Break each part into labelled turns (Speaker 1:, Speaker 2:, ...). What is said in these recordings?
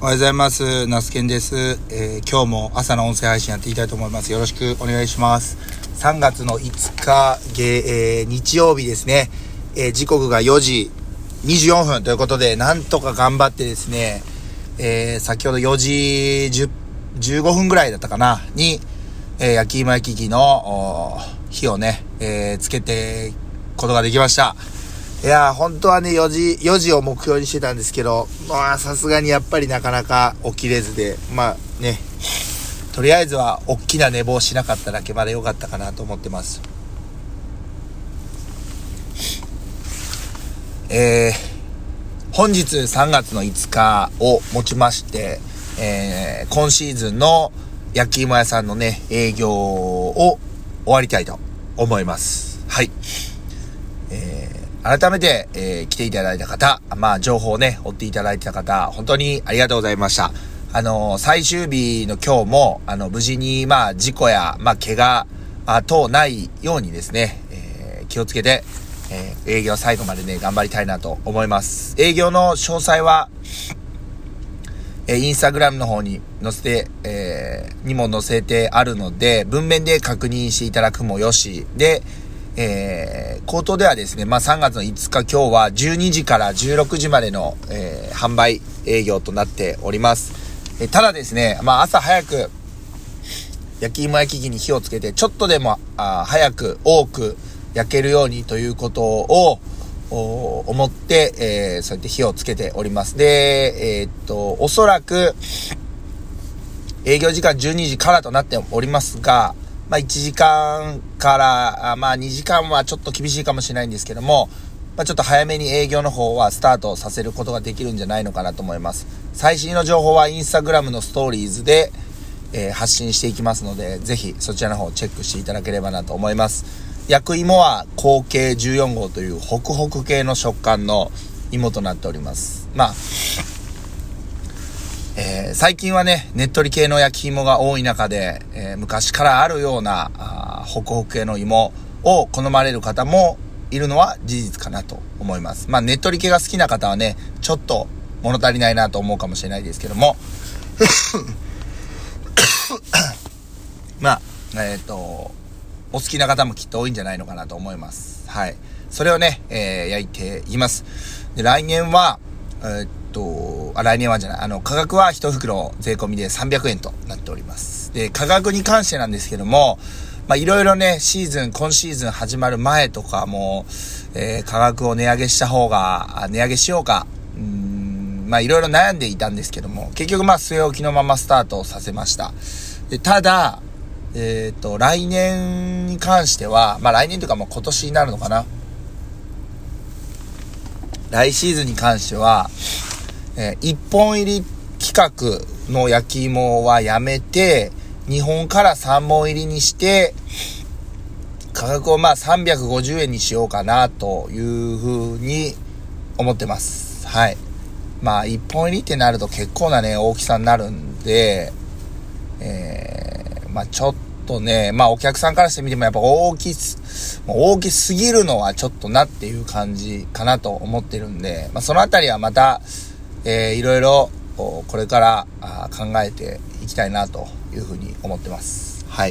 Speaker 1: おはようございます。ナスケンです。今日も朝の音声配信やっていきたいと思います。よろしくお願いします。3月の5日、日曜日ですね。時刻が4時24分ということで、なんとか頑張ってですね、先ほど4時15分ぐらいだったかなに、焼き芋焼き器の火をね、つけてことができました。いや本当はね4時を目標にしてたんですけど、さすがにやっぱりなかなか起きれずで、とりあえずは大きな寝坊しなかっただけまで良かったかなと思ってます。本日3月の5日をもちまして、今シーズンの焼き芋屋さんのね営業を終わりたいと思います。はい。改めて、来ていただいた方、情報をね追っていただいた方、本当にありがとうございました。最終日の今日も無事に事故や怪我等ないようにですね、気をつけて、営業最後までね頑張りたいなと思います。営業の詳細はインスタグラムの方に載せて、にも載せてあるので、文面で確認していただくもよしで、口頭ではですね、3月の5日今日は12時から16時までの、販売営業となっております。ただですね、朝早く焼き芋焼き器に火をつけてちょっとでも早く多く焼けるようにということを思って、そうやって火をつけております。で、おそらく営業時間12時からとなっておりますが、1時間から2時間はちょっと厳しいかもしれないんですけども、ちょっと早めに営業の方はスタートさせることができるんじゃないのかなと思います。最新の情報はインスタグラムのストーリーズで、発信していきますので、ぜひそちらの方をチェックしていただければなと思います。焼く芋は口径14号というホクホク系の食感の芋となっております。最近はねねっとり系の焼き芋が多い中で、昔からあるようなホクホク系の芋を好まれる方もいるのは事実かなと思います。ねっとり系が好きな方はねちょっと物足りないなと思うかもしれないですけどもお好きな方もきっと多いんじゃないのかなと思います。はい。それをね、焼いています。で、来年は価格は1袋税込みで300円となっております。で、価格に関してなんですけども、いろいろね、今シーズン始まる前とかも、価格を値上げしようか、いろいろ悩んでいたんですけども、結局据え置きのままスタートをさせました。で、ただ、来年に関しては、来年というか今年になるのかな。来シーズンに関しては、1本入り規格の焼き芋はやめて、2本から3本入りにして、価格を350円にしようかなというふうに思ってます。はい。1本入りってなると結構なね、大きさになるんで、ちょっとね、お客さんからしてみてもやっぱ大きすぎるのはちょっとなっていう感じかなと思ってるんで、そのあたりはまた、いろいろこれから考えていきたいなというふうに思ってます。はい。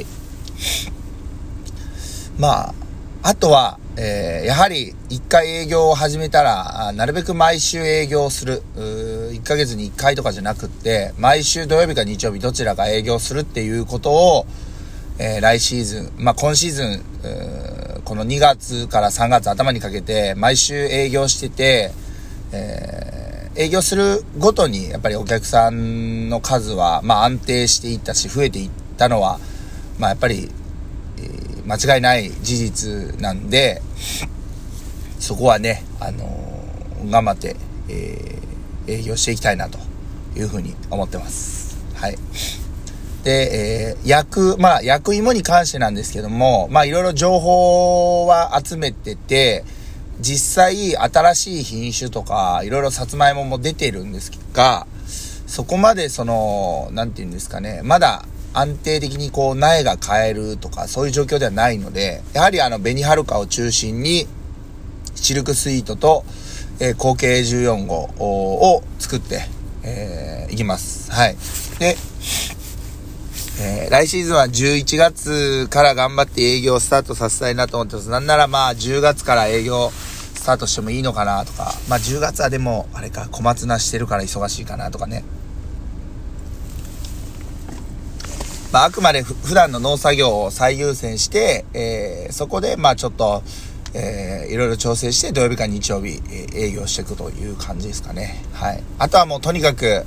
Speaker 1: あとは、やはり1回営業を始めたらなるべく毎週営業する、1ヶ月に1回とかじゃなくって毎週土曜日か日曜日どちらか営業するっていうことを、来シーズン、今シーズンこの2月から3月頭にかけて毎週営業してて、営業するごとにやっぱりお客さんの数は安定していったし増えていったのはやっぱり間違いない事実なんで、そこはね頑張って、営業していきたいなというふうに思ってます。はい。で、焼く芋に関してなんですけども、いろいろ情報は集めてて、実際新しい品種とかいろいろさつまいもも出てるんですが、そこまでなんていうんですかね、まだ安定的に苗が買えるとかそういう状況ではないので、やはり紅はるかを中心にシルクスイートと、口径14号を作っていきます。はい。で、来シーズンは11月から頑張って営業スタートさせたいなと思ってます。なんならまあ10月から営業スタートしてもいいのかなとか、まあ10月はでもあれか小松菜してるから忙しいかなとかね。まああくまで普段の農作業を最優先して、そこでまあちょっと、いろいろ調整して土曜日から日曜日、営業していくという感じですかね。はい。あとはもうとにかく、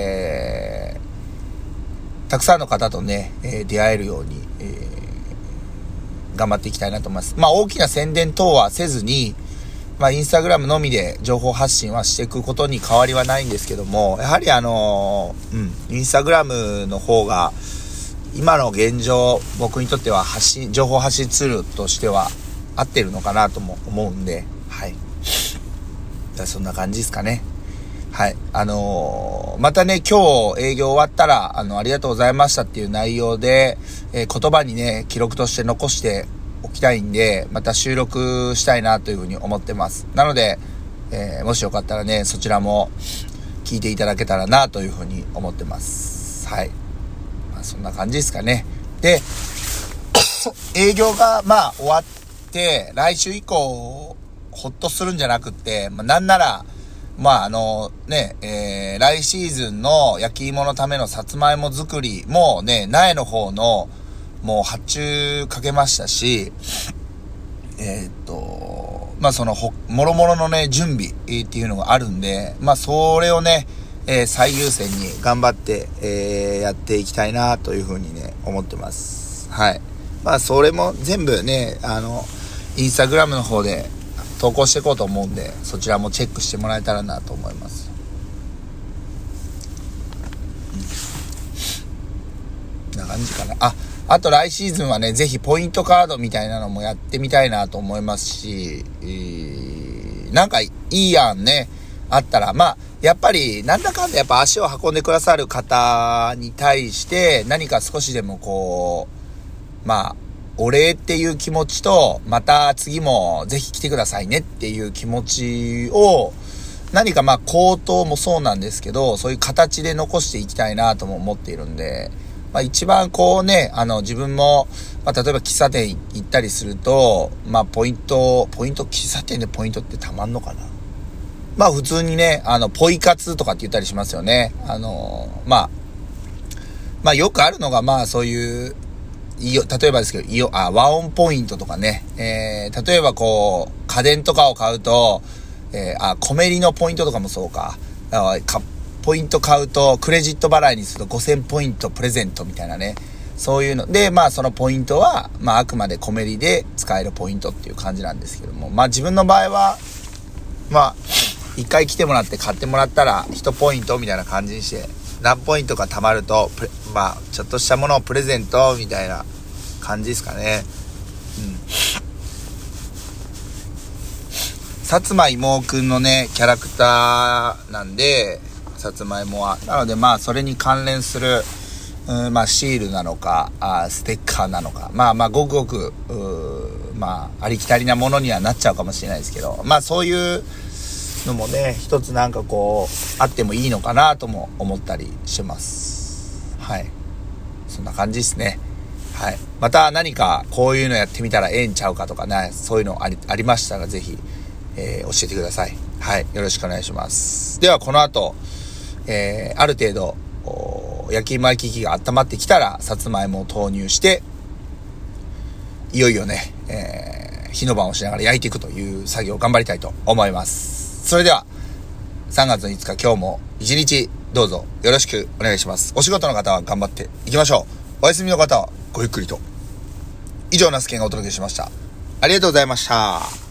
Speaker 1: たくさんの方とね、出会えるように、頑張っていきたいなと思います。まあ大きな宣伝等はせずに、まあインスタグラムのみで情報発信はしていくことに変わりはないんですけども、やはりインスタグラムの方が今の現状僕にとっては情報発信ツールとしては合ってるのかなとも思うんで、はい。そんな感じですかね。はい。またね、今日営業終わったら、ありがとうございましたっていう内容で、言葉にね、記録として残しておきたいんで、また収録したいなというふうに思ってます。なので、もしよかったらね、そちらも聞いていただけたらなというふうに思ってます。はい。まあ、そんな感じですかね。で、営業がまあ終わって、来週以降、ほっとするんじゃなくって、まあ、なんなら、まあ来シーズンの焼き芋のためのさつまいも作りもね、苗の方のもう発注かけましたし、まあそのもろもろのね準備っていうのがあるんで、まあそれをね、最優先に頑張って、やっていきたいなというふうにね思ってます。はい。まあそれも全部ねインスタグラムの方で投稿していこうと思うんで、そちらもチェックしてもらえたらなと思います。こんな感じかな。あと来シーズンはね、ぜひポイントカードみたいなのもやってみたいなと思いますし、なんかいいやんね、あったら、まあ、やっぱり、なんだかんだやっぱ足を運んでくださる方に対して、何か少しでもこう、まあ、お礼っていう気持ちと、また次もぜひ来てくださいねっていう気持ちを、何かまあ口頭もそうなんですけど、そういう形で残していきたいなとも思っているんで、まあ一番こうね、自分も、まあ例えば喫茶店行ったりすると、まあ喫茶店でポイントってたまんのかな。まあ普通にね、ポイ活とかって言ったりしますよね。まあよくあるのがまあそういう、例えばですけど、和音ポイントとかね、例えばこう、家電とかを買うと、コメリのポイントとかもそうか。ポイント買うと、クレジット払いにすると5000ポイントプレゼントみたいなね。そういうので、まあそのポイントは、まああくまでコメリで使えるポイントっていう感じなんですけども、まあ自分の場合は、まあ、一回来てもらって買ってもらったら、1ポイントみたいな感じにして、何ポイントか貯まると、まあ、ちょっとしたものをプレゼントみたいな感じですかね。さつまいもくんのね、キャラクターなんで、さつまいもは。なので、まあ、それに関連する、まあ、シールなのか、ステッカーなのか、まあ、ごくごく、まあ、ありきたりなものにはなっちゃうかもしれないですけど、まあ、そういうのもね、一つなんかこう、あってもいいのかなとも思ったりします。はい。そんな感じですね。はい。また何かこういうのやってみたらええんちゃうかとかね、そういうのありましたらぜひ、教えてください。はい。よろしくお願いします。ではこの後、ある程度、焼き芋焼き器が温まってきたら、さつまいもを投入して、いよいよね、火の番をしながら焼いていくという作業を頑張りたいと思います。それでは、3月5日今日も一日どうぞよろしくお願いします。お仕事の方は頑張っていきましょう。お休みの方はごゆっくりと。以上、那須健がお届けしました。ありがとうございました。